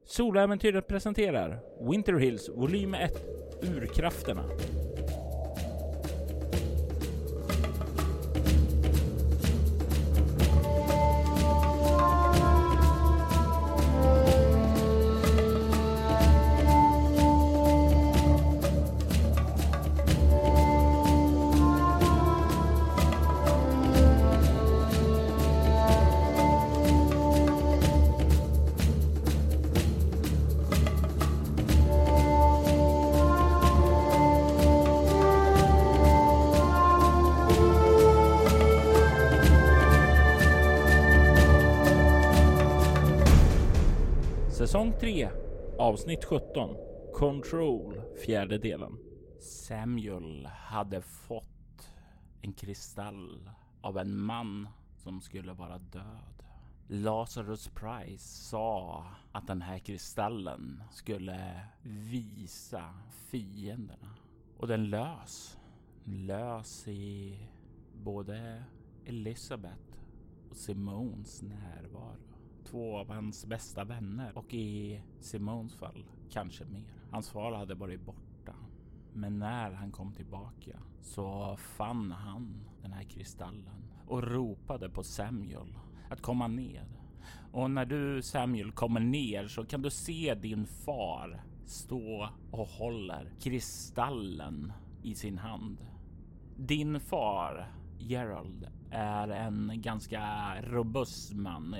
Soläventyret presenterar Winter Hills volym 1, Urkrafterna. Säsong 3, avsnitt 17, Control, fjärde delen. Samuel hade fått en kristall av en man som skulle vara död. Lazarus Price sa att den här kristallen skulle visa fienderna. Och den lös i både Elizabeth och Simons närvaro. Två av hans bästa vänner och i Simons fall kanske mer. Hans far hade varit borta. Men när han kom tillbaka så fann han den här kristallen och ropade på Samuel att komma ner. Och när du, Samuel, kommer ner så kan du se din far stå och håller kristallen i sin hand. Din far, Gerald, är en ganska robust man.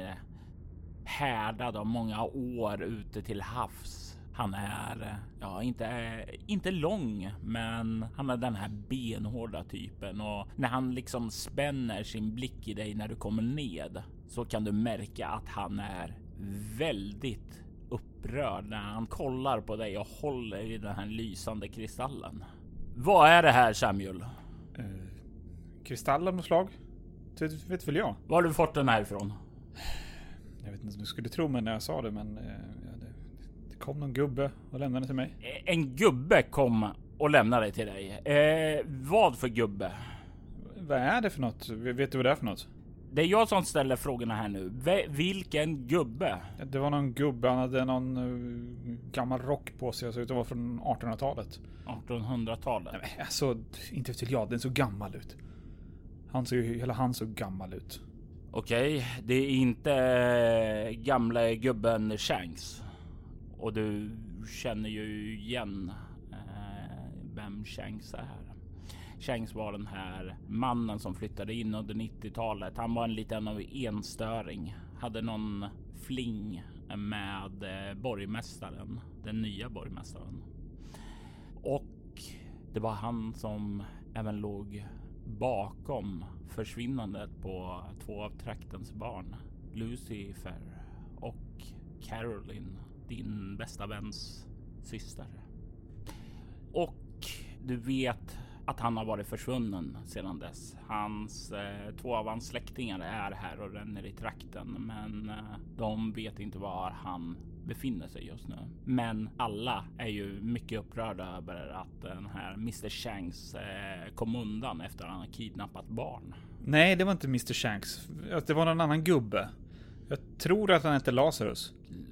Härdad av många år ute till havs. Han är inte lång, men han är den här benhårda typen. Och när han liksom spänner sin blick i dig när du kommer ned så kan du märka att han är väldigt upprörd när han kollar på dig och håller i den här lysande kristallen. Vad är det här, Samuel? Kristall av något slag? Det vet väl jag. Var har du fått den här ifrån? Jag vet inte om du skulle tro mig när jag sa det, men det kom någon gubbe och lämnade den till mig. En gubbe kom och lämnade till dig. Vad för gubbe? Vad är det för något? Vet du vad det är för något? Det är jag som ställer frågorna här nu. Vilken gubbe? Det var någon gubbe, han hade någon gammal rock på sig. Så det var från 1800-talet. 1800-talet? Nej, alltså, inte vet jag, den så gammal ut. Hela han såg gammal ut. Okej, det är inte gamla gubben Shanks. Och du känner ju igen vem Shanks är. Shanks var den här mannen som flyttade in under 90-talet. Han var en liten enstöring. Hade någon fling med borgmästaren. Den nya borgmästaren. Och det var han som även låg bakom försvinnandet på två av traktens barn. Lucifer och Caroline, din bästa väns syster. Och du vet att han har varit försvunnen sedan dess. Två av hans släktingar är här och ränner i trakten, men de vet inte var han befinner sig just nu. Men alla är ju mycket upprörda över att den här Mr. Shanks kom undan efter att han har kidnappat barn. Nej, det var inte Mr. Shanks. Det var någon annan gubbe. Jag tror att han hette Lazarus.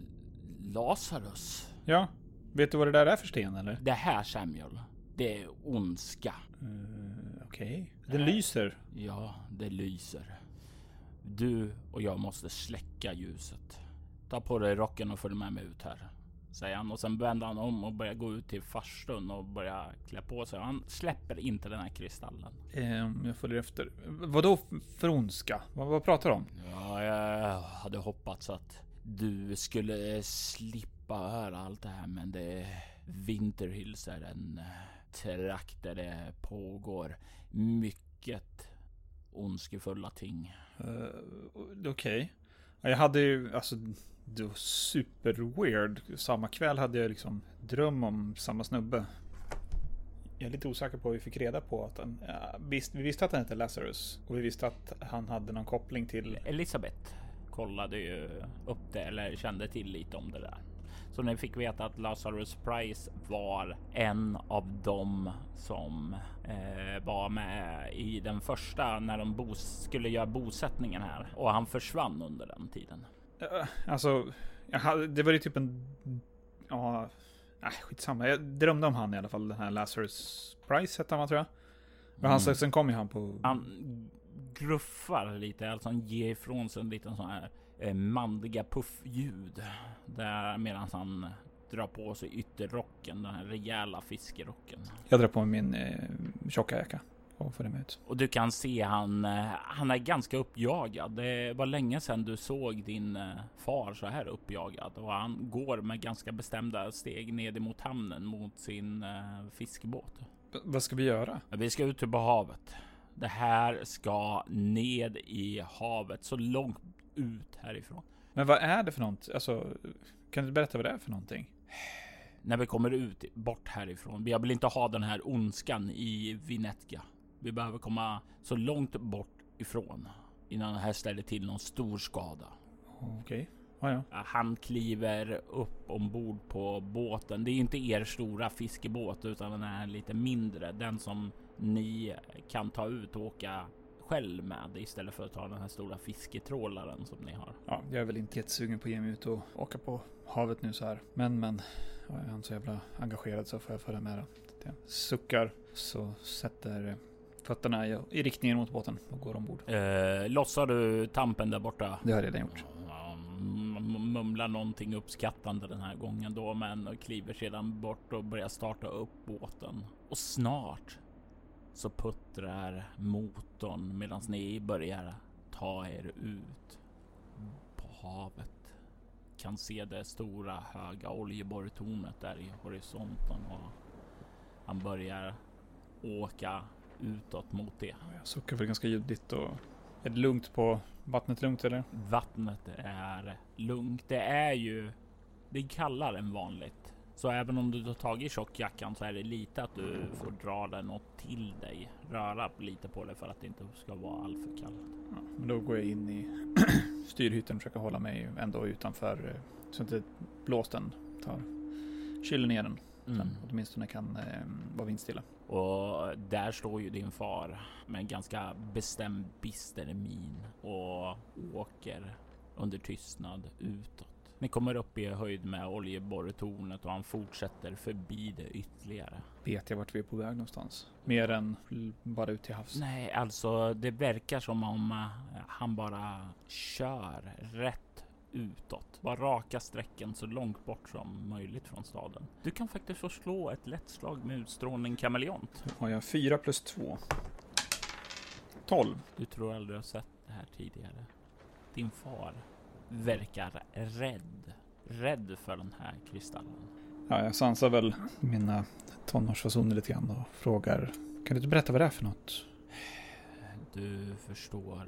Lazarus? Ja. Vet du vad det där är för sten, eller? Det här, Samuel, det är ondska. Okej. Den lyser. Ja, det lyser. Du och jag måste släcka ljuset. Ta på dig rocken och följ med mig ut här, säger han. Och sen vänder han om och börjar gå ut till farstun och börjar klä på sig. Han släpper inte den här kristallen. Jag följer efter. Vadå för ondska? Vad pratar du om? Ja, jag hade hoppats att du skulle slippa höra allt det här, men Winter Hills är en trakt där det pågår mycket ondskefulla ting. Okej. Jag hade ju, alltså, det var super weird. Samma kväll hade jag liksom dröm om samma snubbe. Jag är lite osäker på hur vi fick reda på att vi visste att han hette Lazarus. Och vi visste att han hade någon koppling till Elizabeth. Kollade ju upp det, eller kände till lite om det där. Så ni fick veta att Lazarus Price var en av dem som var med i den första när de skulle göra bosättningen här. Och han försvann under den tiden. Alltså, Det var ju typ en... Ja... Nej, skitsamma. Jag drömde om han i alla fall. Den här Lazarus Price hette han, tror jag. Men sen kom ju han på... Han gruffar lite. Alltså han ger ifrån sig en liten sån här manliga puffljud. Där medan han drar på sig ytterrocken. Den här rejäla fiskerocken. Jag drar på min tjocka jacka. Och får det med ut. Och du kan se han är ganska uppjagad. Det var länge sedan du såg din far så här uppjagad. Och han går med ganska bestämda steg ned mot hamnen mot sin fiskebåt. Vad ska vi göra? Vi ska ut på havet. Det här ska ned i havet så långt ut härifrån. Men vad är det för något? Alltså, kan du berätta vad det är för någonting? När vi kommer ut bort härifrån. Jag vill inte ha den här ondskan i Vinetka. Vi behöver komma så långt bort ifrån innan det här ställer till någon stor skada. Okej. Ja. Han kliver upp ombord på båten. Det är inte er stora fiskebåt utan den är lite mindre. Den som ni kan ta ut och åka själv med istället för att ta den här stora fisketrålaren som ni har. Ja, jag är väl inte jättesugen på att ge mig ut och åka på havet nu så här. Men jag är inte så jävla engagerad så får jag följa med. Jag suckar så sätter fötterna i riktningen mot båten och går ombord. Lossar du tampen där borta? Det har jag redan gjort. Mumlar någonting uppskattande den här gången då, men kliver sedan bort och börjar starta upp båten. Och snart så puttrar motorn medan ni börjar ta er ut på havet. Kan se det stora höga oljeborrtornet där i horisonten och han börjar åka utåt mot det. Jag suckar väl ganska ljudligt och är det lugnt på vattnet lugnt eller? Vattnet är lugnt. Det är kallare än vanligt. Så även om du tar tag i tjockjackan så är det lite att du får dra den och till dig. Röra lite på det för att det inte ska vara alltför kallt. Ja, men då går jag in i styrhytten och försöker hålla mig ändå utanför så inte blåsten tar kyler ner den. Sen åtminstone kan vara vindstilla. Och där står ju din far med en ganska bestämd bister min och åker under tystnad utåt. Ni kommer upp i höjd med oljeborrtornet och han fortsätter förbi det ytterligare. Vet jag vart vi är på väg någonstans? Mer än bara ut till havs? Nej, alltså det verkar som om han bara kör rätt utåt. Bara raka sträcken så långt bort som möjligt från staden. Du kan faktiskt få slå ett lätt slag med utstrålning kameleont. Har jag 4 plus 2? 12. Du tror aldrig har sett det här tidigare. Din far verkar rädd för den här kristallen. Ja, jag sansar väl mina tonårsfasoner lite grann och frågar, kan du inte berätta vad det är för något? Du förstår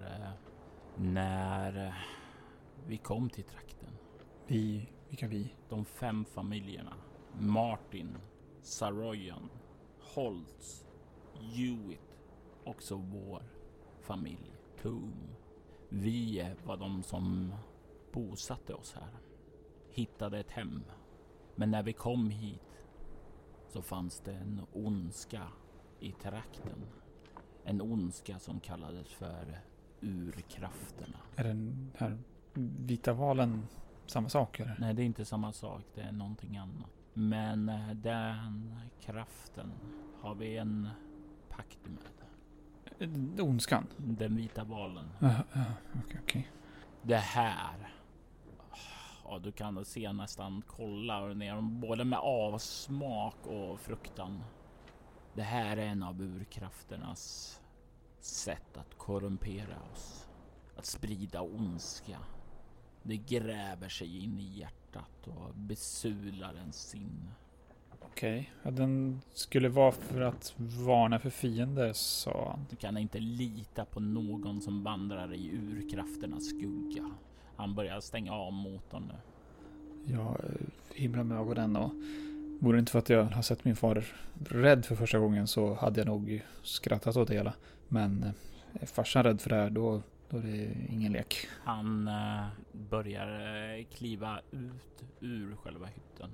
när vi kom till trakten. Vilka vi? De 5 familjerna. Martin, Saroyan, Holtz, Hewitt, också vår familj, Toom. Vi var de som bosatte oss här. Hittade ett hem. Men när vi kom hit så fanns det en ondska i trakten. En ondska som kallades för urkrafterna. Är den här vita valen samma sak eller? Nej, det är inte samma sak. Det är någonting annat. Men den kraften har vi en pakt med. Ondskan? Den vita valen. Okej. Det här. Ja, du kan se nästan kolla ner både med avsmak och fruktan. Det här är en av urkrafternas sätt att korrumpera oss. Att sprida ondska. Det gräver sig in i hjärtat och besular ens sinne. Okej. Ja, den skulle vara för att varna för fiender, sa han. Du kan inte lita på någon som vandrar i urkrafternas skugga. Han börjar stänga av motorn nu. Jag himlar med ögonen och vore det inte för att jag har sett min far rädd för första gången så hade jag nog skrattat åt det hela. Men är farsan rädd för det här då är det ingen lek. Han börjar kliva ut ur själva hytten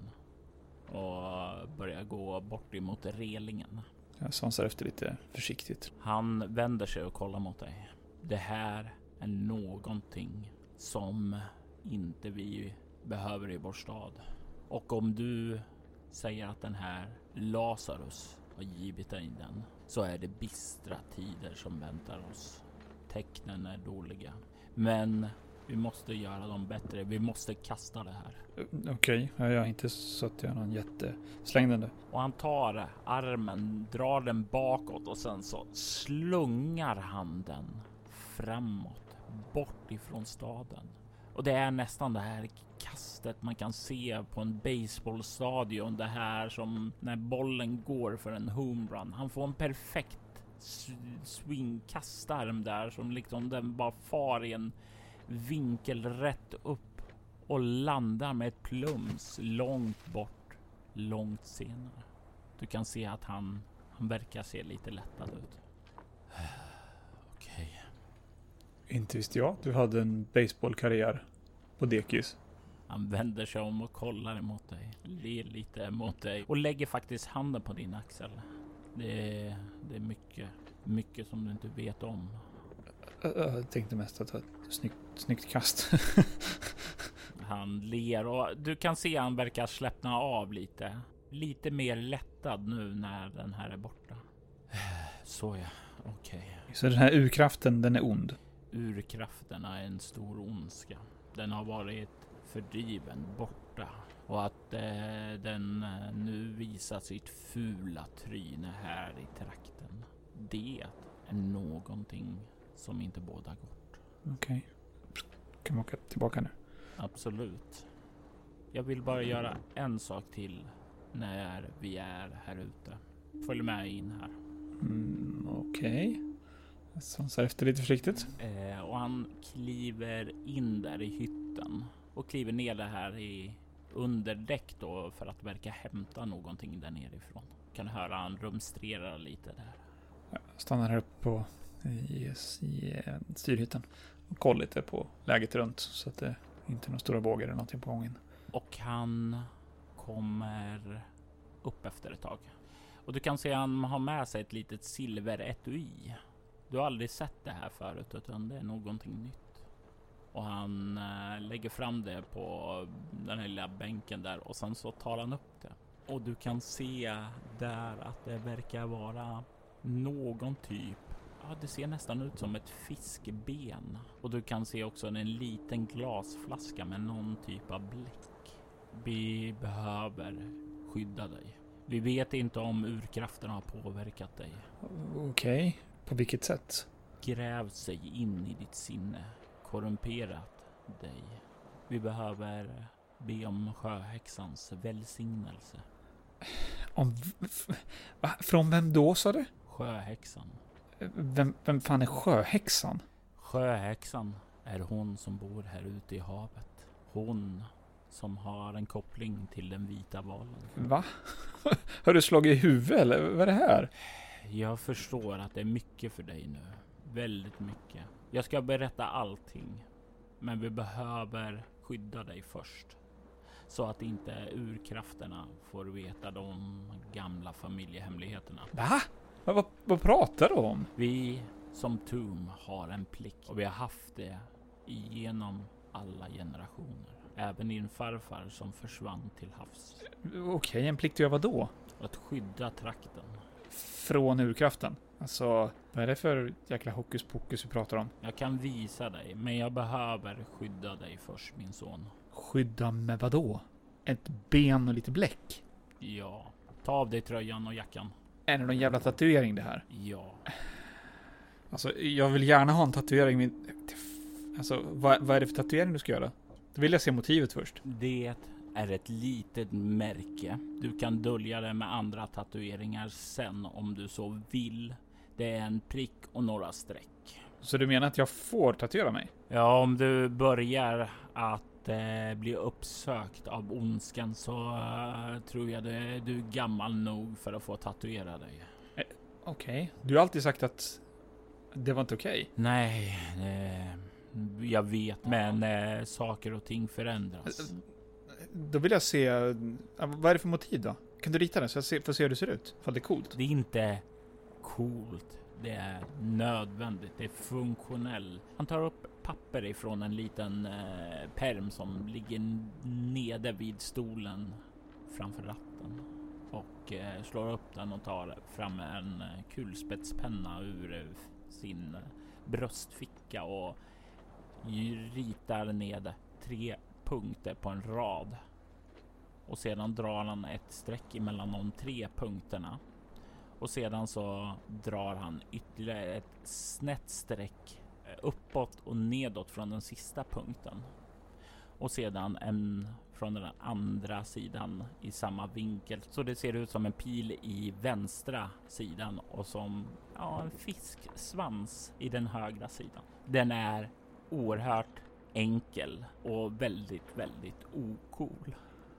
och börjar gå bort emot relingen. Jag sansar efter lite försiktigt. Han vänder sig och kollar mot dig. Det här är någonting som inte vi behöver i vår stad. Och om du säger att den här Lazarus har givit dig den, så är det bistra tider som väntar oss. Tecknen är dåliga. Men vi måste göra dem bättre. Vi måste kasta det här. Okej, jag har inte så att jag är någon jätteslängdande. Och han tar armen, drar den bakåt och sen så slungar han den framåt, bort ifrån staden. Och det är nästan det här kastet man kan se på en baseballstadion. Det här som när bollen går för en homerun. Han får en perfekt swingkastarm där som liksom den bara far i en vinkel rätt upp och landar med ett plums långt bort, långt senare. Du kan se att han verkar se lite lättad ut. Okej. Inte visste jag att du hade en baseballkarriär på dekis. Han vänder sig om och kollar emot dig, ler lite emot dig och lägger faktiskt handen på din axel. Det är mycket som du inte vet om. Jag tänkte mest att det var ett snyggt kast. Han ler och du kan se han verkar släppna av lite. Lite mer lättad nu när den här är borta. Så ja, okej. Så den här urkraften, den är ond? Urkrafterna är en stor ondska. Den har varit fördriven borta. Och att den nu visar sitt fula tryne här i trakten. Det är någonting som inte båda gott. Okej. Kan man åka tillbaka nu? Absolut. Jag vill bara göra en sak till när vi är här ute. Följ med in här. Okej. Jag sansar efter lite försiktigt. Och han kliver in där i hytten. Och kliver ner det här i underdäck då för att verka hämta någonting där nerifrån. Kan höra han rumstrerar lite där. Jag stannar här uppe på i styrhytten och kollar lite på läget runt så att det inte är några stora bågar eller någonting på gången. Och han kommer upp efter ett tag. Och du kan se att han har med sig ett litet silveretui. Du har aldrig sett det här förut utan det är någonting nytt. Och han lägger fram det på den här lilla bänken där och sen så tar han upp det. Och du kan se där att det verkar vara någon typ. Ja, det ser nästan ut som ett fiskben. Och du kan se också en liten glasflaska med någon typ av bläck. Vi behöver skydda dig. Vi vet inte om urkrafterna har påverkat dig. Okej. På vilket sätt? Grävt sig in i ditt sinne. Korrumperat dig. Vi behöver be om sjöhäxans välsignelse. Från vem då, sa du? Sjöhäxan. Vem fan är sjöhäxan? Sjöhäxan är hon som bor här ute i havet. Hon som har en koppling till den vita valen. Va? Har du slagit i huvudet eller vad är det här? Jag förstår att det är mycket för dig nu. Väldigt mycket. Jag ska berätta allting. Men vi behöver skydda dig först. Så att inte urkrafterna får veta de gamla familjehemligheterna. Va? Vad pratar du om? Vi som Tum har en plikt. Och vi har haft det igenom alla generationer. Även din farfar som försvann till havs. Okej, en plikt att göra vad då? Att skydda trakten. Från urkraften? Alltså, vad är det för jäkla hokus pokus vi pratar om? Jag kan visa dig, men jag behöver skydda dig först, min son. Skydda med vad då? Ett ben och lite bläck? Ja. Ta av dig tröjan och jackan. Är det någon jävla tatuering det här? Ja. Alltså, jag vill gärna ha en tatuering. Alltså, vad är det för tatuering du ska göra? Då vill jag se motivet först. Det är ett litet märke. Du kan dölja det med andra tatueringar sen om du så vill. Det är en prick och några streck. Så du menar att jag får tatuera mig? Ja, om du börjar att bli uppsökt av ondskan så tror jag du är gammal nog för att få tatuera dig. Okej. Du har alltid sagt att det var inte okej. Nej, jag vet, men saker och ting förändras. Då vill jag se, vad är det för motiv då? Kan du rita den så jag får se hur det ser ut? För det är coolt. Det är inte coolt. Det är nödvändigt. Det är funktionellt. Han tar upp papper ifrån en liten perm som ligger nere vid stolen framför ratten och slår upp den och tar fram en kulspetspenna ur sin bröstficka och ritar ned 3 punkter på en rad. Och sedan drar han ett streck emellan de 3 punkterna. Och sedan så drar han ytterligare ett snett streck uppåt och nedåt från den sista punkten. Och sedan en från den andra sidan i samma vinkel. Så det ser ut som en pil i vänstra sidan och som en fisksvans i den högra sidan. Den är oerhört enkel och väldigt, väldigt ocool.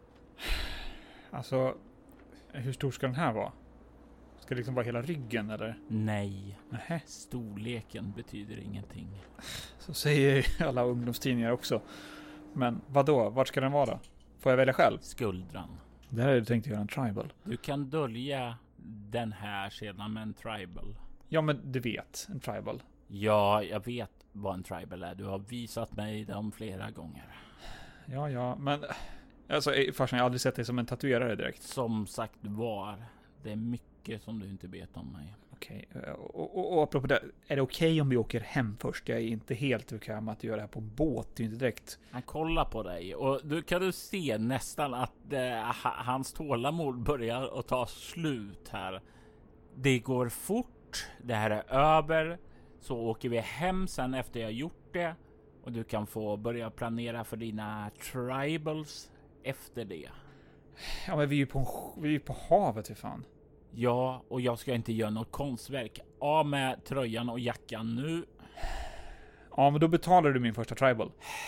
Alltså, hur stor ska den här vara? Ska det liksom vara hela ryggen eller? Nej. Nähä. Storleken betyder ingenting. Så säger alla ungdomstidningar också. Men vadå? Vart ska den vara då? Får jag välja själv? Skuldran. Det här är du tänkt göra en tribal. Du kan dölja den här sedan med en tribal. Ja, men du vet. En tribal. Ja, jag vet vad en tribal är. Du har visat mig dem flera gånger. Ja, men... Alltså, farsan, jag har aldrig sett dig som en tatuerare direkt. Som sagt var, det är mycket som du inte vet om mig. Okej. Och apropå det, är det okej om vi åker hem först? Jag är inte helt bekväm att göra det här på en båt. Det är inte direkt. Han kollar på dig och du kan se nästan att hans tålamod börjar att ta slut här. Det går fort. Det här är över. Så åker vi hem sen efter jag gjort det. Och du kan få börja planera för dina tribals efter det. Ja, men vi är ju på havet, hur fan. Ja, och jag ska inte göra något konstverk. Av med tröjan och jackan nu. Ja, men då betalar du min första tribal.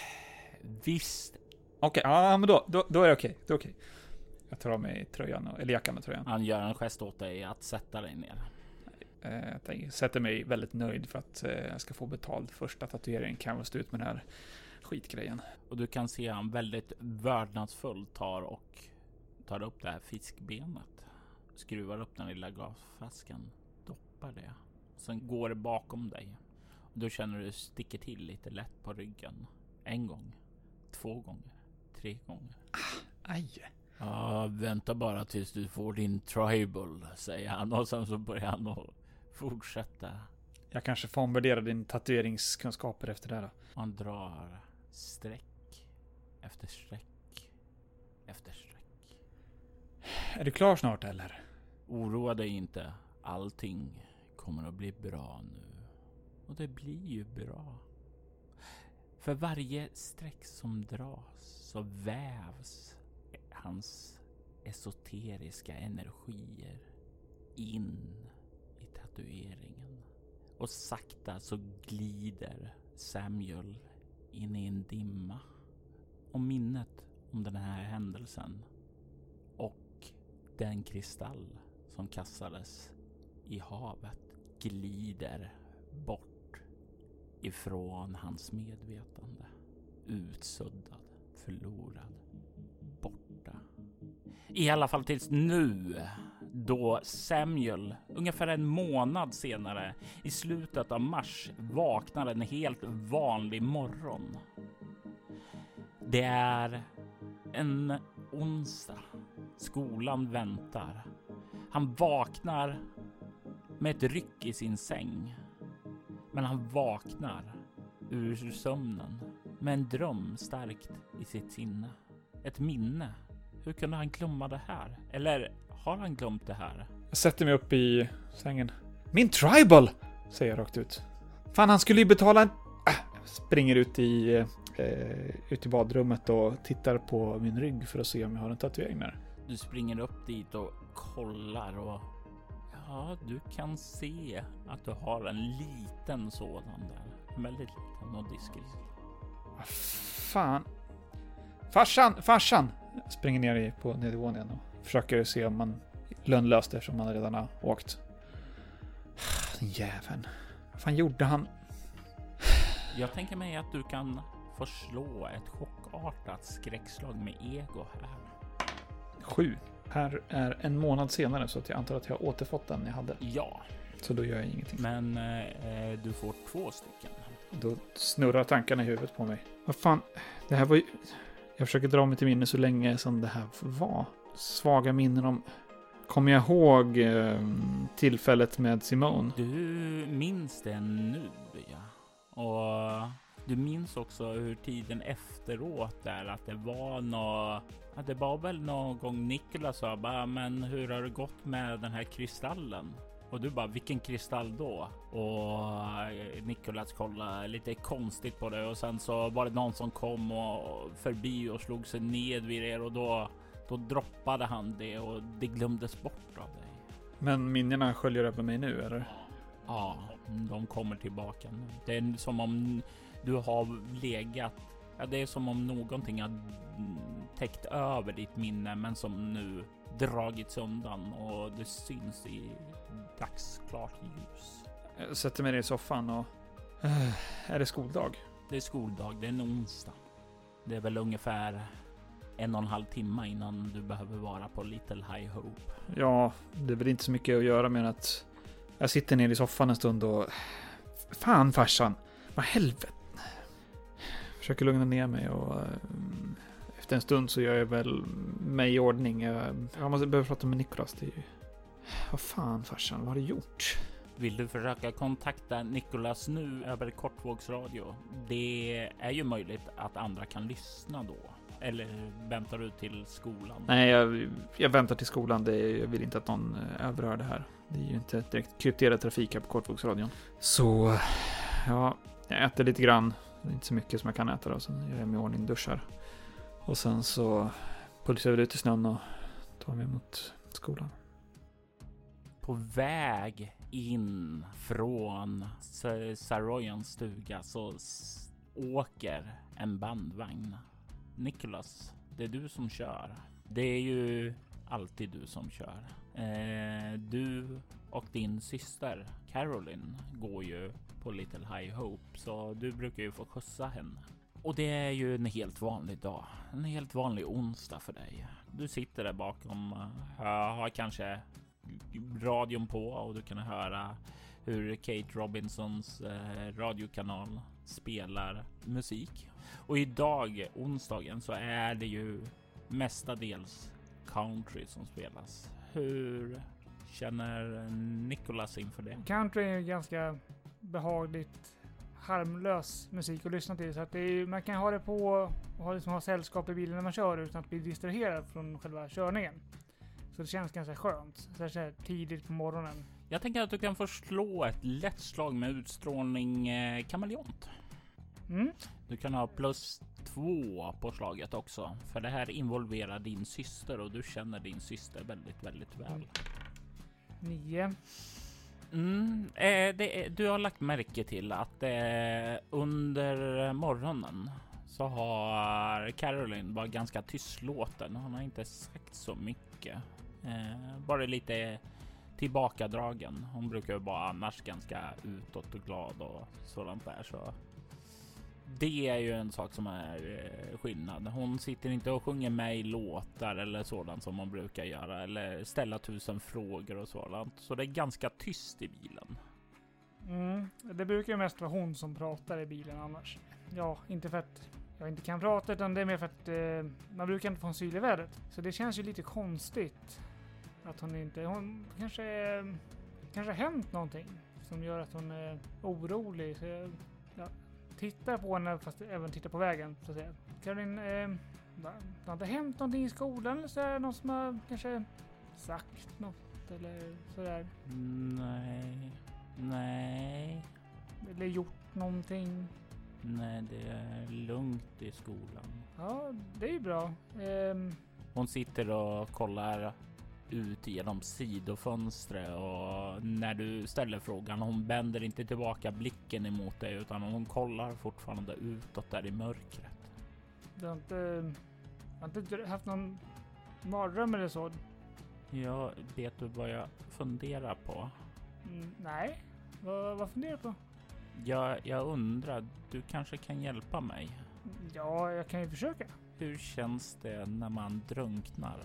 Visst. Okej, ja, men då är det okej. Det är okej. Jag tar av mig tröjan, eller jackan med tröjan. Han gör en gest åt dig att sätta dig ner. Jag sätter mig väldigt nöjd för att jag ska få betalt. Första tatueringen kan jag stå ut med den här skitgrejen. Och du kan se han väldigt vördnadsfullt tar upp det här fiskbenet. Skruvar upp den lilla gasflaskan. Doppar det. Sen går det bakom dig. Och då känner du sticker till lite lätt på ryggen. 1 gång. 2 gånger. 3 gånger. Aj. Ja, vänta bara tills du får din tribal, säger han. Och sen så börjar han att fortsätta. Jag kanske får omvärdera din tatueringskunskaper efter det här. Han drar streck efter streck efter streck. Är du klar snart eller? Oroa dig inte. Allting kommer att bli bra nu. Och det blir ju bra. För varje streck som dras så vävs hans esoteriska energier in i tatueringen. Och sakta så glider Samuel in i en dimma. Och minnet om den här händelsen och den kristall som kastades i havet glider bort ifrån hans medvetande. Utsuddad, förlorad, borta. I alla fall tills nu, då Samuel ungefär 1 månad senare i slutet av mars vaknar en helt vanlig morgon. Det är en onsdag. Skolan väntar. Han vaknar med ett ryck i sin säng. Men han vaknar ur sömnen med en dröm starkt i sitt sinne. Ett minne. Hur kunde han glömma det här? Eller har han glömt det här? Jag sätter mig upp i sängen. Min tribal! Säger jag rakt ut. Fan, han skulle ju betala en... Springer ut i badrummet och tittar på min rygg för att se om jag har en tatuering där. Du springer upp dit och kollar och... Ja, du kan se att du har en liten sådan där. Väldigt liten och diskret. Fan. Farsan! Springer ner på nedervåningen och försöker se om man lönlöst eftersom man redan har åkt. Den jäveln. Vad fan gjorde han? Jag tänker mig att du kan få slå ett chockartat skräckslag med ego här. 7. Här är 1 månad senare så att jag antar att jag har återfått den jag hade. Ja. Så då gör jag ingenting. Men du får 2 stycken. Då snurrar tankarna i huvudet på mig. Vad fan, det här var ju... Jag försöker dra mig till minne så länge som det här var. Svaga minnen om... Kommer jag ihåg tillfället med Simone? Du minns det nu, ja. Och du minns också hur tiden efteråt där, att det var att det var väl någon gång Nicholas sa bara, men hur har det gått med den här kristallen? Och du bara, vilken kristall då? Och Nicholas kollade lite konstigt på det, och sen så var det någon som kom och förbi och slog sig ned vid er, och då droppade han det och det glömdes bort av dig. Men minnena sköljer över mig nu, eller? Ja, de kommer tillbaka nu. Det är som om du har legat... Ja, det är som om någonting har täckt över ditt minne, men som nu dragits undan och det syns i dagsklart ljus. Jag sätter mig ner i soffan och... Är det skoldag? Det är skoldag, det är en onsdag. Det är väl ungefär 1,5 timme innan du behöver vara på Little High Hope. Ja, det är väl inte så mycket att göra med att jag sitter ner i soffan en stund och... Fan farsan, vad helvete. Försöker lugna ner mig och efter en stund så gör jag väl mig i ordning. Jag måste börja prata med Nicholas. Det är ju... Vad fan farsan, vad har du gjort? Vill du försöka kontakta Nicholas nu över kortvågsradio? Det är ju möjligt att andra kan lyssna då. Eller väntar du till skolan? Nej, jag väntar till skolan. Jag vill inte att någon överhör det här. Det är ju inte direkt krypterad trafik här på kortvågsradion. Så, ja, jag äter lite grann. Det är inte så mycket som jag kan äta då. Sen gör jag mig i ordning, duschar. Och sen så pulsar jag ut i snön och tar mig mot skolan. På väg in från Saroyans stuga så åker en bandvagn. Nicholas, det är du som kör. Det är ju alltid du som kör. Du och din syster Caroline går ju på Little High Hope, så du brukar ju få skjutsa henne. Och det är ju en helt vanlig dag. En helt vanlig onsdag för dig. Du sitter där bakom, har kanske radion på och du kan höra hur Kate Robinsons radiokanal spelar musik. Och idag, onsdagen, så är det ju mestadels country som spelas. Hur känner Nicholas inför det? Country är ju ganska behagligt, harmlös musik att lyssna till. Så att det är, man kan ha det på och ha sällskap i bilen när man kör utan att bli distraherad från själva körningen. Så det känns ganska skönt. Så här tidigt på morgonen. Jag tänker att du kan få slå ett lätt slag med utstrålning kameleont. Mm. Du kan ha +2 på slaget också. För det här involverar din syster och du känner din syster väldigt, väldigt väl. 9. Du har lagt märke till att under morgonen så har Caroline varit ganska tystlåten. Hon har inte sagt så mycket. Bara lite tillbakadragen. Hon brukar ju vara annars ganska utåt och glad och sådant där. Så det är ju en sak som är skillnad. Hon sitter inte och sjunger med i låtar eller sådant som man brukar göra. Eller ställa 1000 frågor och sådant. Så det är ganska tyst i bilen. Det brukar ju mest vara hon som pratar i bilen annars. Ja, inte för att jag inte kan prata, utan det är mer för att man brukar inte få en syl i vädret. Så det känns ju lite konstigt att hon inte... Hon kanske har hänt någonting som gör att hon är orolig. Så jag tittar på henne, fast även tittar på vägen. Så att säga. Caroline, det har inte hänt någonting i skolan eller så är det någon som har kanske sagt något eller sådär? Nej. Eller gjort någonting? Nej, det är lugnt i skolan. Ja, det är ju bra. Hon sitter och kollar ut genom sidofönstret och när du ställer frågan, hon vänder inte tillbaka blicken emot dig utan hon kollar fortfarande utåt där i mörkret. Du har inte haft någon mardröm eller så? Ja, vet du vad jag funderar på? Nej, vad funderar du på? Jag undrar, du kanske kan hjälpa mig? Ja, jag kan ju försöka. Hur känns det när man drunknar?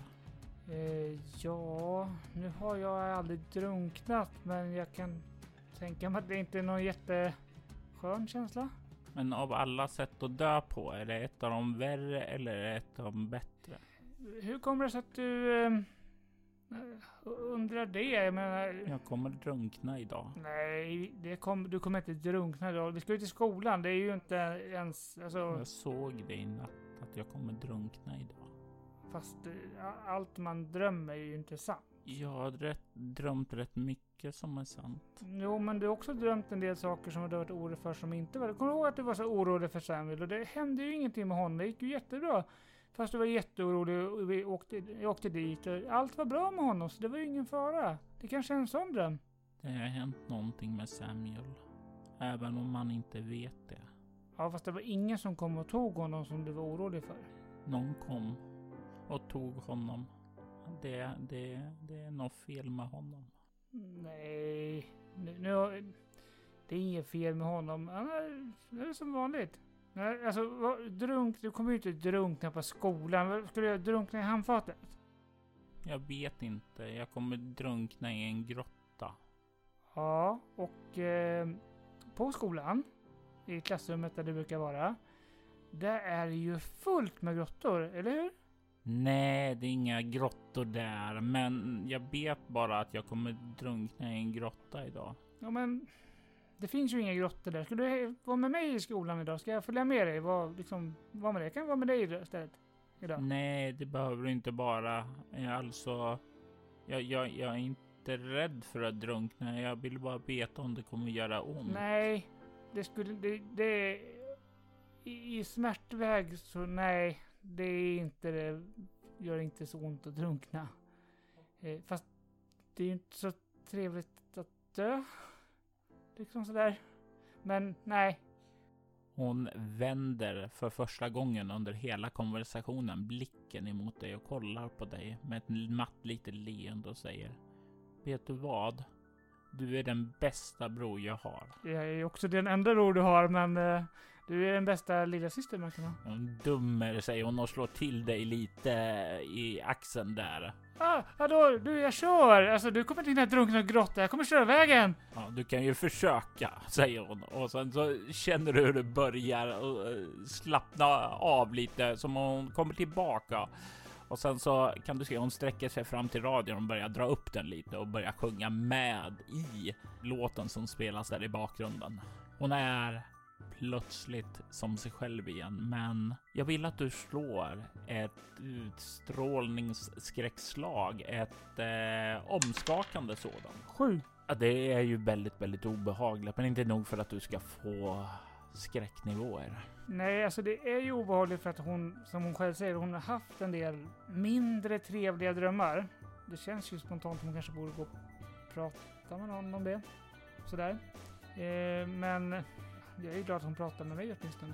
Ja, nu har jag aldrig drunknat, men jag kan tänka mig att det inte är någon skön känsla. Men av alla sätt att dö på, är det ett av dem värre eller är det ett av dem bättre? Hur kommer det sig att du undrar det? Jag menar... Jag kommer drunkna idag. Nej, du kommer inte drunkna idag. Vi ska ju till skolan. Det är ju inte ens... Alltså, Jag såg det i natt att jag kommer drunkna idag. fast allt man drömmer är ju inte sant. Jag har drömt rätt mycket som är sant. Jo, men du har också drömt en del saker som du har varit orolig för som inte var. Kommer du ihåg att du var så orolig för Samuel? Och det hände ju ingenting med honom. Det gick ju jättebra. Fast du var jätteorolig och jag åkte dit. Och allt var bra med honom, så det var ju ingen fara. Det kanske är en sån dröm. Det har hänt någonting med Samuel. Även om man inte vet det. Ja, fast det var ingen som kom och tog honom som du var orolig för. Någon kom och tog honom. Det är något fel med honom. Nej, det är inget fel med honom. Det är som vanligt. Nej, alltså, du kommer ju inte drunkna på skolan. Skulle jag drunkna i handfatet? Jag vet inte. Jag kommer drunkna i en grotta. Ja, och på skolan, i klassrummet där du brukar vara, där är det ju fullt med grottor, eller hur? Nej, det är inga grottor där. Men jag vet bara att jag kommer drunkna i en grotta idag. Ja, men det finns ju inga grottor där. Skulle du vara med mig i skolan idag? Ska jag följa med dig? Vara med dig? Kan jag vara med dig istället idag? Nej, det behöver du inte bara. Alltså, jag är inte rädd för att drunkna. Jag vill bara veta om det kommer göra ont. Nej, det i smärtväg så nej, det är inte det. Gör inte så ont att drunkna. Fast det är ju inte så trevligt att dö. Liksom sådär. Men nej. Hon vänder för första gången under hela konversationen blicken emot dig och kollar på dig med ett matt litet leende och säger: vet du vad? Du är den bästa bror jag har. Jag är också den enda bror du har, men du är den bästa lilla syster man kan ha. Hon dummer sig och slår till dig lite i axeln där. Hallå, jag kör! Alltså, du kommer inte hinna drunkna och grotta. Jag kommer köra vägen! Ja, du kan ju försöka, säger hon. Och sen så känner du hur du börjar slappna av lite, som hon kommer tillbaka. Och sen så kan du se hon sträcker sig fram till radion och börjar dra upp den lite och börjar sjunga med i låten som spelas där i bakgrunden. Hon är plötsligt som sig själv igen, men jag vill att du slår ett utstrålningsskräckslag, ett omskakande sådan. 7. Ja, det är ju väldigt, väldigt obehagligt, men inte nog för att du ska få skräcknivåer. Nej, alltså det är ju obehagligt för att hon, som hon själv säger, hon har haft en del mindre trevliga drömmar. Det känns ju spontant som hon kanske borde gå och prata med någon om det. Sådär. Men jag är ju glad att hon pratar med mig åtminstone.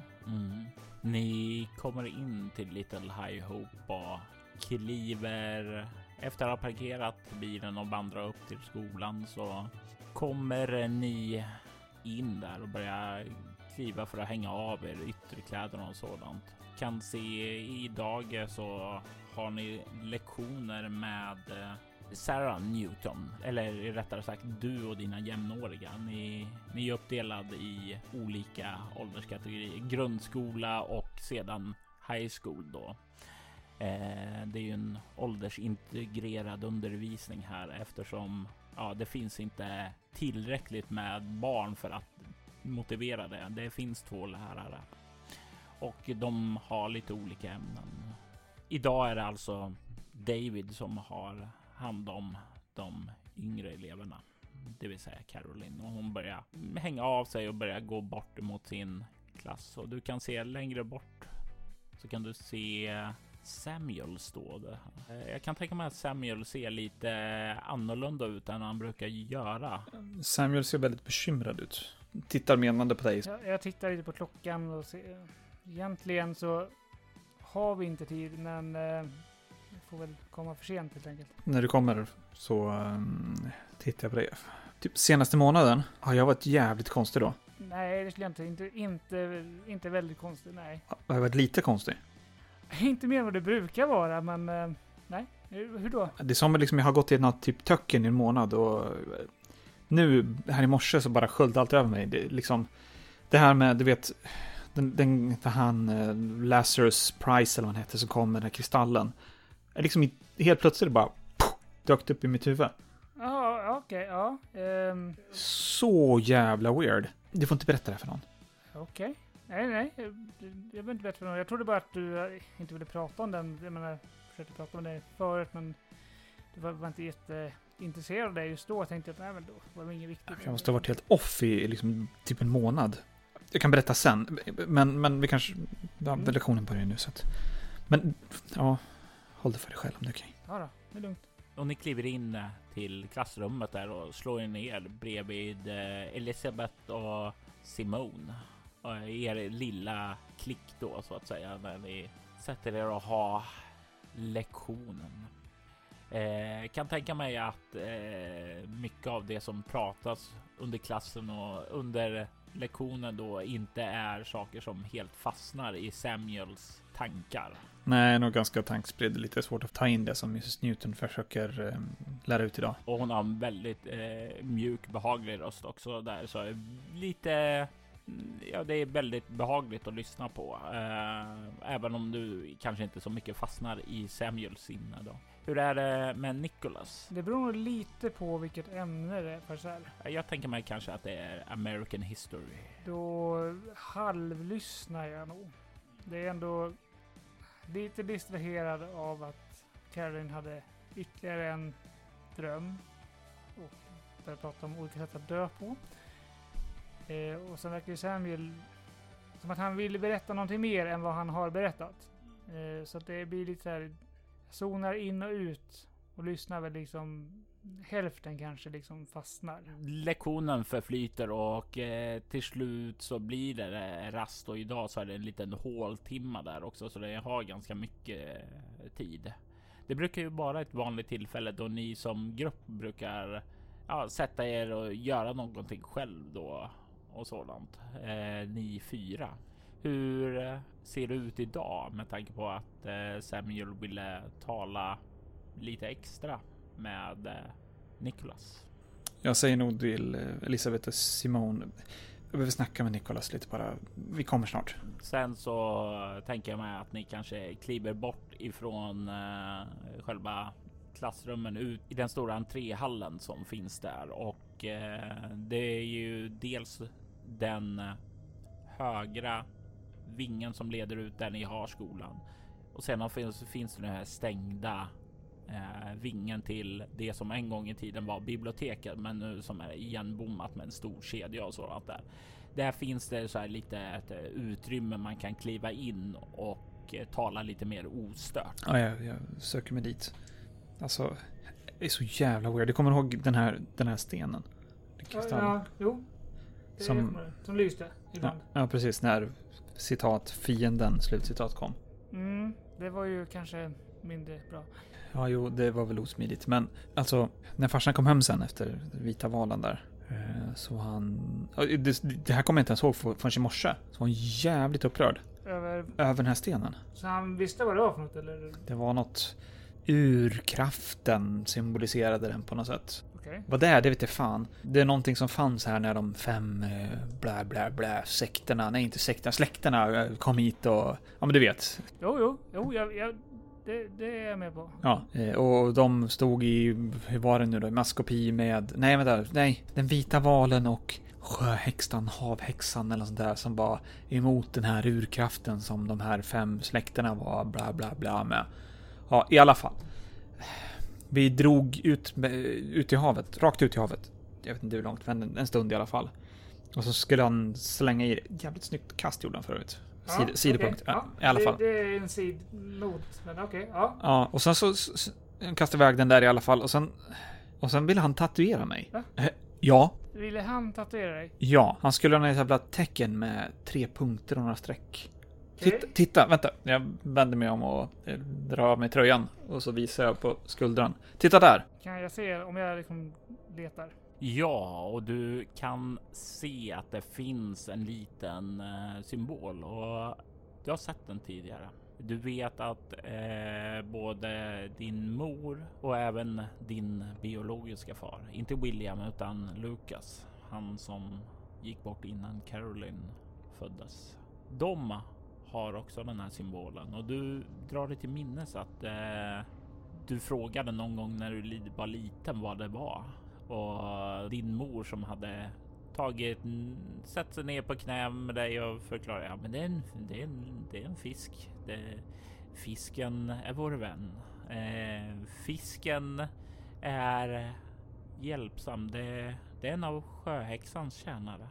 Ni kommer in till Little High Hope och kliver, efter att ha parkerat bilen och vandrat upp till skolan, så kommer ni in där och börjar kliva för att hänga av er ytterkläder och sådant. Kan se idag så har ni lektioner med Sarah Newton, eller rättare sagt du och dina jämnåriga. Ni är uppdelad i olika ålderskategorier, grundskola och sedan high school då. Det är ju en åldersintegrerad undervisning här, eftersom det finns inte tillräckligt med barn för att motivera det. Det finns 2 lärare och de har lite olika ämnen. Idag är det alltså David som har hand om de yngre eleverna, det vill säga Caroline, och hon börjar hänga av sig och börjar gå bort mot sin klass. Och du kan se längre bort så kan du se Samuel stå där. Jag kan tänka mig att Samuel ser lite annorlunda ut än han brukar göra. Samuel ser väldigt bekymrad ut. Tittar menande på dig. Jag tittar lite på klockan och ser. Egentligen så har vi inte tid, men får väl komma för sent helt enkelt. När du kommer så tittar jag på dig. Typ senaste månaden har jag varit jävligt konstig då. Nej, det skulle jag inte väldigt konstigt, nej. Har jag varit lite konstig? Inte mer än vad det brukar vara, men nej. Hur då? Det är som liksom jag har gått i något typ töcken i en månad och nu här i morse så bara sköljde allt över mig. Det liksom Det här med, du vet, han Lazarus Price eller vad han heter, som kom med den här kristallen. Är liksom helt plötsligt bara dök upp i mitt huvud. Ja, okej, ja. Så jävla weird. Du får inte berätta det för någon. Okej. Nej. Jag vill inte berätta för någon. Jag trodde bara att du inte ville prata om den. Jag menar, jag försökte prata om det förut, men du var inte jätteintresserad av det just då. Jag tänkte att nej, men då var det inget viktigt. Jag måste ha varit helt off i liksom typ en månad. Jag kan berätta sen. Men vi kanske... Ja, lektionen börjar nu så att... Men, ja... Håll det för dig själv om det är okej. Ja då, det är lugnt. Och ni kliver in till klassrummet där och slår er ner bredvid Elisabeth och Simone. Och er lilla klick då så att säga när ni sätter er och har lektionen. Kan tänka mig att mycket av det som pratas under klassen och under lektionen då inte är saker som helt fastnar i Samuels tankar. Nej, nog ganska tankspridd. Lite svårt att ta in det som Mrs. Newton försöker lära ut idag. Och hon har en väldigt mjuk, behaglig röst också där. Så lite... Ja, det är väldigt behagligt att lyssna på. Även om du kanske inte så mycket fastnar i Samuels sinne då. Hur är det med Nicholas? Det beror nog lite på vilket ämne det är för så här. Jag tänker mig kanske att det är American History. Då halvlyssnar jag nog. Det är ändå lite distraherad av att Caroline hade ytterligare en dröm och började prata om olika sätt att dö på. Och sen verkar ju Samuel som att han vill berätta någonting mer än vad han har berättat. Så att det blir lite så här, zonar in och ut och lyssnar väl liksom hälften kanske liksom fastnar. Lektionen förflyter och till slut så blir det rast och idag så är det en liten håltimma där också så det har ganska mycket tid. Det brukar ju vara ett vanligt tillfälle då ni som grupp brukar sätta er och göra någonting själv då och sådant. Ni 4. Hur ser det ut idag med tanke på att Samuel ville tala lite extra med Nicholas? Jag säger nog till Elisabeth och Simone. Jag behöver snacka med Nicholas lite bara. Vi kommer snart. Sen så tänker jag mig att ni kanske kliver bort ifrån själva klassrummen ut i den stora entréhallen som finns där. Och det är ju dels den högra vingen som leder ut där ni har skolan. Och sen finns det den här stängda vingen till det som en gång i tiden var biblioteket men nu som är igenbommat med en stor kedja och sådant där. Där finns det så här lite ett utrymme man kan kliva in och tala lite mer ostört. Ja, jag söker mig dit. Alltså, det är så jävla weird. Du kommer ihåg den här stenen? Ja, jo. Som lyste ibland. Ja, precis. När citat fienden slutcitat kom. Det var ju kanske mindre bra. Ja, jo, det var väl osmidigt. Men alltså, när farsan kom hem sen efter vita valen där. Så han... Det här kommer jag inte ens ihåg förrän i morse. Så var han jävligt upprörd. Över den här stenen. Så han visste vad det var för något, eller? Det var något... Urkraften symboliserade den på något sätt. Okay. Vad det är, det vet jag fan. Det är någonting som fanns här när de 5 sekterna, nej inte sekterna, släkterna kom hit och... Ja men du vet. Jo, det är jag med på. Ja, och de stod i, hur var det nu då, i maskopi med, den vita valen och sjöhäxan, havhäxan eller sånt där som var emot den här urkraften som de här 5 släkterna var bla bla bla med. Ja, i alla fall. Vi drog ut i havet, rakt ut i havet. Jag vet inte hur långt, men en stund i alla fall. Och så skulle han slänga i jävligt snyggt kast gjorde han förut. Sidopunkt, okay. I alla fall. Det är en sidnot, men okej, ja. Ja, och sen så kastade iväg den där i alla fall. Och sen ville han tatuera mig. Va? Ja. Ville han tatuera dig? Ja, han skulle ha ett jävla tecken med 3 punkter och några streck. Okay. Titta, vänta. Jag vänder mig om och drar av mig tröjan. Och så visar jag på skuldran. Titta där! Kan jag se om jag liksom letar? Ja, och du kan se att det finns en liten symbol. Och du har sett den tidigare. Du vet att både din mor och även din biologiska far, inte William utan Lucas, han som gick bort innan Caroline föddes. De har också den här symbolen och du drar dig till minnes att du frågade någon gång när du var liten vad det var. Och din mor som hade sett sig ner på knä med dig och förklarade, ja men det är en fisk. Fisken är vår vän. Fisken är hjälpsam. Det är en av sjöhäxans tjänare.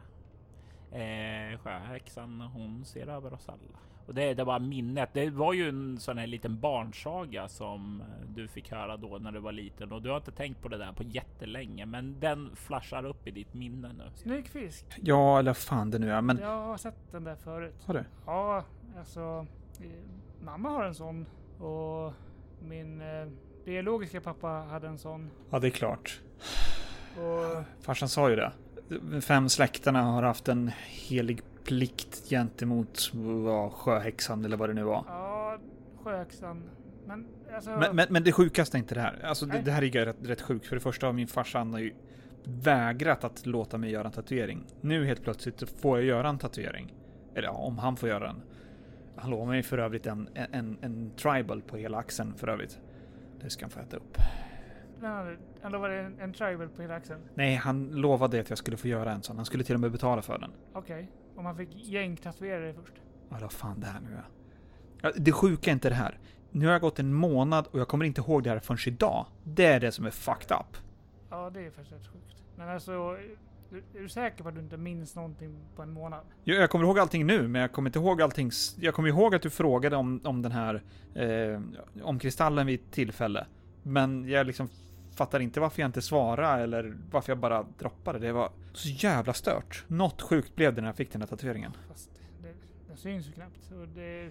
Sjöhäxan, hon ser över oss alla. Och det var minnet. Det var ju en sån här liten barnsaga som du fick höra då när du var liten. Och du har inte tänkt på det där på jättelänge. Men den flashar upp i ditt minne nu. Snygg fisk. Ja, eller fan det nu är. Men... Jag har sett den där förut. Har du? Ja, alltså... mamma har en sån. Och min biologiska pappa hade en sån. Ja, det är klart. Och... Farsan sa ju det. 5 släkterna har haft en helig plikt gentemot sjöhäxan eller vad det nu var. Ja, sjöhäxan. Men, alltså... men det sjukaste är inte det här. Alltså det här är rätt sjukt. För det första har min farsan har ju vägrat att låta mig göra en tatuering. Nu helt plötsligt får jag göra en tatuering. Eller ja, om han får göra den. Han lovar mig för övrigt en tribal på hela axeln för övrigt. Det ska han få äta upp. Han lovade en tribal på hela axeln? Nej, han lovade att jag skulle få göra en sån. Han skulle till och med betala för den. Okej. Om han fick tatuera det först. Ja, vad fan det här nu är. Ja, det sjuka är inte det här. Nu har jag gått en månad och jag kommer inte ihåg det här förrän idag. Det är det som är fucked up. Ja, det är faktiskt rätt sjukt. Men alltså, är du säker på att du inte minns någonting på en månad? Jag kommer ihåg allting nu, men jag kommer inte ihåg allting. Jag kommer ihåg att du frågade om den här om kristallen vid ett tillfälle. Men jag liksom fattar inte varför jag inte svarade eller varför jag bara droppade. Det var så jävla stört. Något sjukt blev det när jag fick den här tatueringen. Fast det syns ju knappt. Så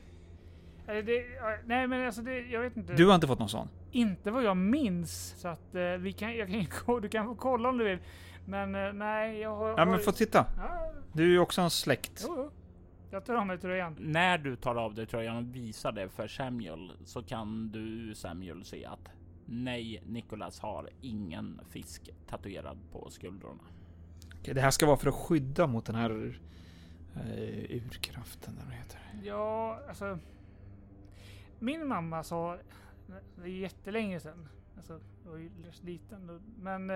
nej men alltså jag vet inte. Du har inte fått någon sån? Inte vad jag minns. Så att du kan få kolla om du vill. Men nej, jag har... Ja, men få titta. Ja. Du är ju också en släkt. Jo. Jag tar av mig tröjan. När du tar av dig tröjan och visar det för Samuel så kan du, Samuel, se att nej, Nicholas har ingen fisk tatuerad på skuldrorna. Okej, det här ska vara för att skydda mot den här urkraften, eller vad heter det? Ja, alltså... Min mamma sa... Det är jättelänge sedan. Alltså, jag var ju liten då. Men...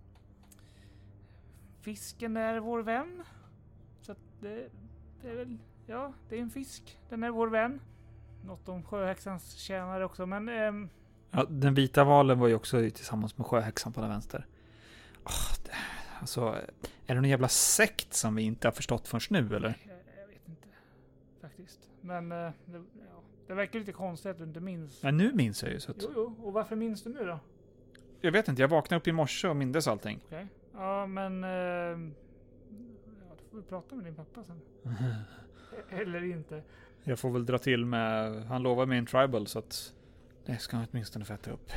fisken är vår vän. Så att det är väl... Ja, det är en fisk. Den är vår vän. Något om sjöhäxans tjänare också, men... Ja, den vita valen var ju också tillsammans med sjöhäxan på den vänster. Alltså, är det någon jävla sekt som vi inte har förstått förrän nu, eller? Jag vet inte, faktiskt. Men det verkar lite konstigt att du inte minns. Men nu minns jag ju. Så att... Jo, och varför minns du nu då? Jag vet inte, jag vaknade upp i morse och mindes allting. Okej. Ja, men... ja, då får vi prata med din pappa sen. Eller inte. Jag får väl dra till med... Han lovar mig en tribal, så att... Det ska han åtminstone få äta upp.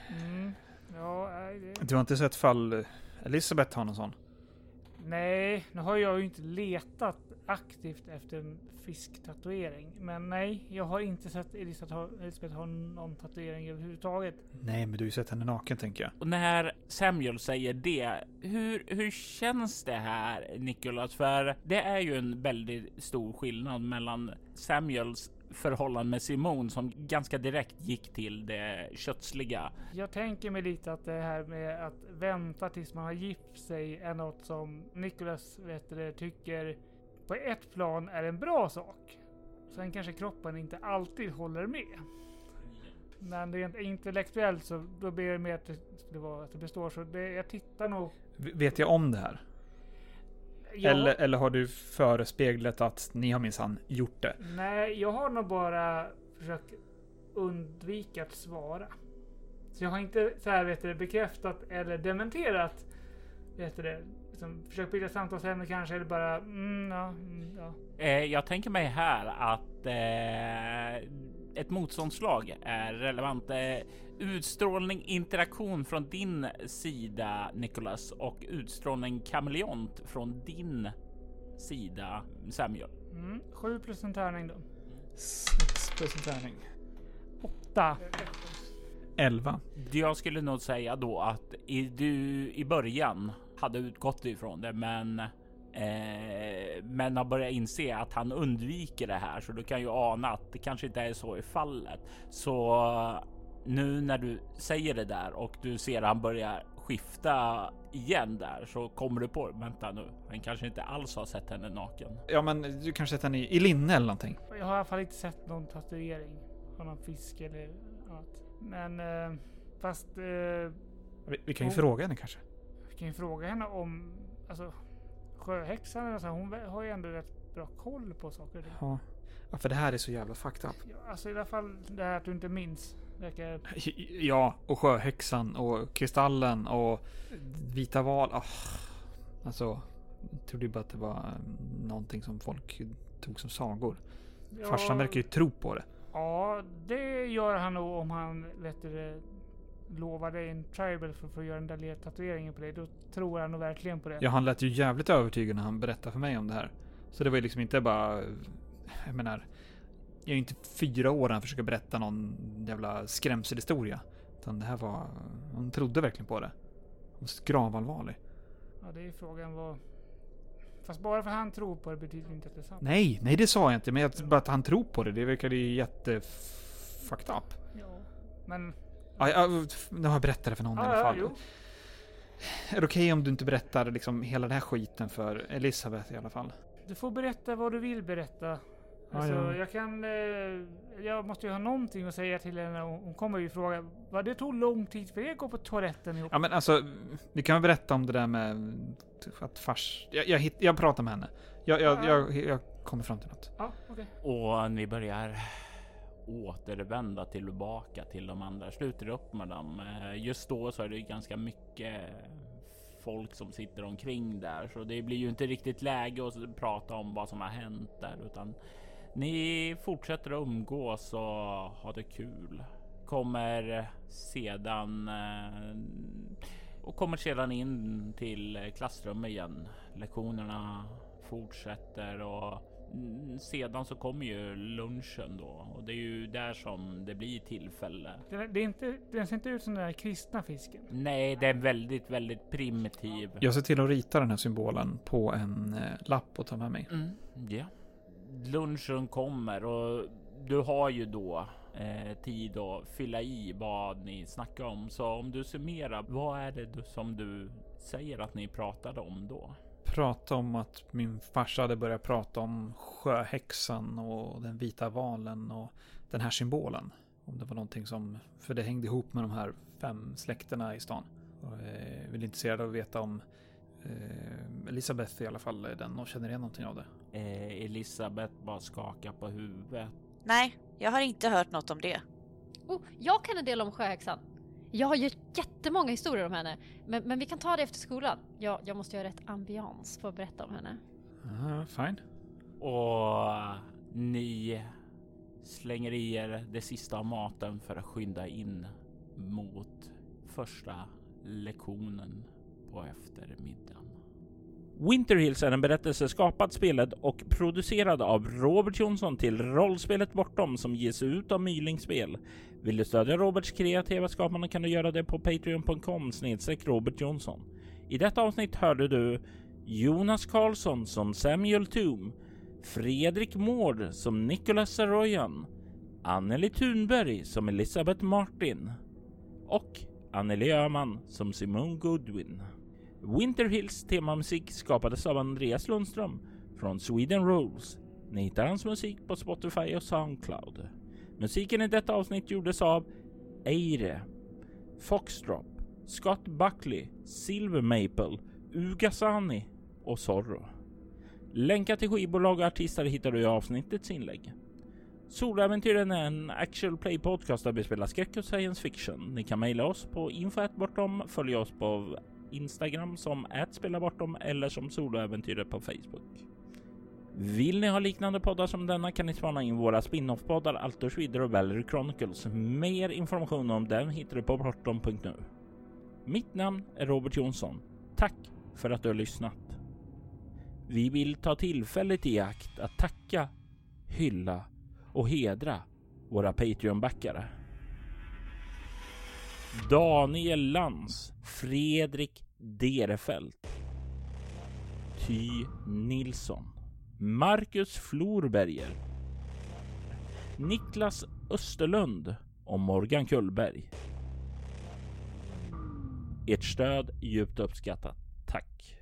Ja, nej, Du har inte sett fall Elisabeth har någon sån? Nej, nu har jag ju inte letat aktivt efter en fisktatuering. Men nej, jag har inte sett Elisabeth ha någon tatuering överhuvudtaget. Nej, men du har ju sett henne naken, tänker jag. Och när Samuel säger det, hur känns det här, Nicholas? För det är ju en väldigt stor skillnad mellan Samuels förhållande med Simone som ganska direkt gick till det kötsliga. Jag tänker mig lite att det här med att vänta tills man har gift sig är något som Nicholas tycker på ett plan är en bra sak. Sen kanske kroppen inte alltid håller med. Men rent intellektuellt så då ber jag mer att det skulle vara att det består. Så jag tittar nog... Vet jag om det här? Eller har du förespeglat att ni har minsann gjort det? Nej, jag har nog bara försökt undvika att svara. Så jag har inte så här, bekräftat eller dementerat liksom, försökt bygga samtalsämne kanske, eller bara ja. Jag tänker mig här att ett motståndslag är relevant. Utstrålning, interaktion från din sida, Nicholas, och utstrålning kameleont från din sida, Samuel. 7 plus en tärning då. 6 plus en tärning. 8. 11. Jag skulle nog säga då att du i början hade utgått ifrån det, men Men har börjat inse att han undviker det här, så du kan ju ana att det kanske inte är så i fallet. Så nu när du säger det där och du ser att han börjar skifta igen där, så kommer du på, vänta nu, han kanske inte alls har sett henne naken. Ja, men du kanske sett henne i linne eller någonting. Jag har i alla fall inte sett någon tatuering av någon fisk eller annat. Men fast... Vi kan ju fråga henne kanske. Vi kan ju fråga henne om... Alltså, sjöhäxan, alltså, hon har ju ändå rätt bra koll på saker. Ja, för det här är så jävla fucked up. Ja, alltså i alla fall det här att du inte minns. Ja, och sjöhäxan och kristallen och vita val. Alltså, jag trodde ju bara att det var någonting som folk tog som sagor. Ja, farsan verkar ju tro på det. Ja, det gör han nog om han lovar dig en tribal för att få göra den där tatueringen på dig. Då tror han nog verkligen på det. Ja, han lät ju jävligt övertygad när han berättade för mig om det här. Så det var ju liksom inte bara... Jag menar... Jag är ju inte 4 år när han försöker berätta någon jävla skrämselhistoria. Utan det här var... Hon trodde verkligen på det. Hon var gravallvarlig. Ja, det är frågan vad... Fast bara för att han tror på det betyder inte att det är sant. Nej, det sa jag inte. Men bara att han tror på det. Det verkar ju jätte... fucked up. Ja, men... Nu har jag berättat det för någon i alla fall. Jo. Är det okej om du inte berättar liksom hela den här skiten för Elisabeth i alla fall? Du får berätta vad du vill berätta. Alltså, jag måste ju ha någonting att säga till henne. Hon kommer ju fråga vad det tog lång tid för er att gå på toaletten ihop. Ja, men alltså, vi kan väl berätta om det där med att fars... Jag pratar med henne. Jag kommer fram till något. Ja, okej. Och ni börjar återvända tillbaka till de andra. Sluter upp med dem. Just då så är det ganska mycket folk som sitter omkring där, så det blir ju inte riktigt läge att prata om vad som har hänt där, utan ni fortsätter att umgås och ha det kul. Kommer sedan in till klassrummet igen. Lektionerna fortsätter och sedan så kommer ju lunchen då, och det är ju där som det blir tillfälle. Den ser inte ut som den där kristna fisken. Nej, det är väldigt, väldigt primitiv. Jag ser till att rita den här symbolen på en lapp och ta med mig. Ja. Lunchen kommer och du har ju då tid att fylla i vad ni snackar om. Så om du summerar, vad är det som du säger att ni pratade om då? Prata om att min farsa hade börjat prata om sjöhäxan och den vita valen och den här symbolen. Om det var någonting som, för det hängde ihop med de här 5 släkterna i stan. Och jag vill intresserad av att veta om Elisabeth i alla fall är den och känner igen någonting av det. Elisabeth bara skakar på huvudet. Nej, jag har inte hört något om det. Jag kan en del om sjöhäxan. Jag har ju jättemånga historier om henne. Men vi kan ta det efter skolan. Jag måste göra rätt ambians för att berätta om henne. Fine. Och ni slänger i er det sista av maten för att skynda in mot första lektionen på eftermiddagen. Winter Hills är en berättelse skapad, spelad och producerad av Robert Jonsson till rollspelet Bortom som ges ut av Mylingspel. Vill du stödja Roberts kreativa skapande kan du göra det på patreon.com/Robert Jonsson. I detta avsnitt hörde du Jonas Karlsson som Samuel Toom, Fredrik Mård som Nicholas Saroyan, Anneli Thunberg som Elisabeth Martin och Anneli Öhman som Simone Goodwin. Winter Hills temamusik skapades av Andreas Lundström från Sweden Rolls. Ni hittar hans musik på Spotify och Soundcloud. Musiken i detta avsnitt gjordes av Eire, Foxdrop, Scott Buckley, Silver Maple, Ugasani och Zorro. Länkar till skivbolag och artister hittar du i avsnittets inlägg. Soläventyren är en actual play podcast där vi spelar skräck och science fiction. Ni kan mejla oss på info@bortom, följa oss på Instagram som @spelabortom eller som Soläventyret på Facebook. Vill ni ha liknande poddar som denna kan ni spana in våra spin-off-poddar Altors vidare och Valerie Chronicles. Mer information om den hittar du på bortom.nu. Mitt namn är Robert Jonsson. Tack för att du har lyssnat. Vi vill ta tillfället i akt att tacka, hylla och hedra våra Patreon-backare. Daniel Lantz, Fredrik Derefelt, Ty Nilsson, Marcus Florberger, Niklas Österlund och Morgan Kullberg. Ert stöd är djupt uppskattat. Tack!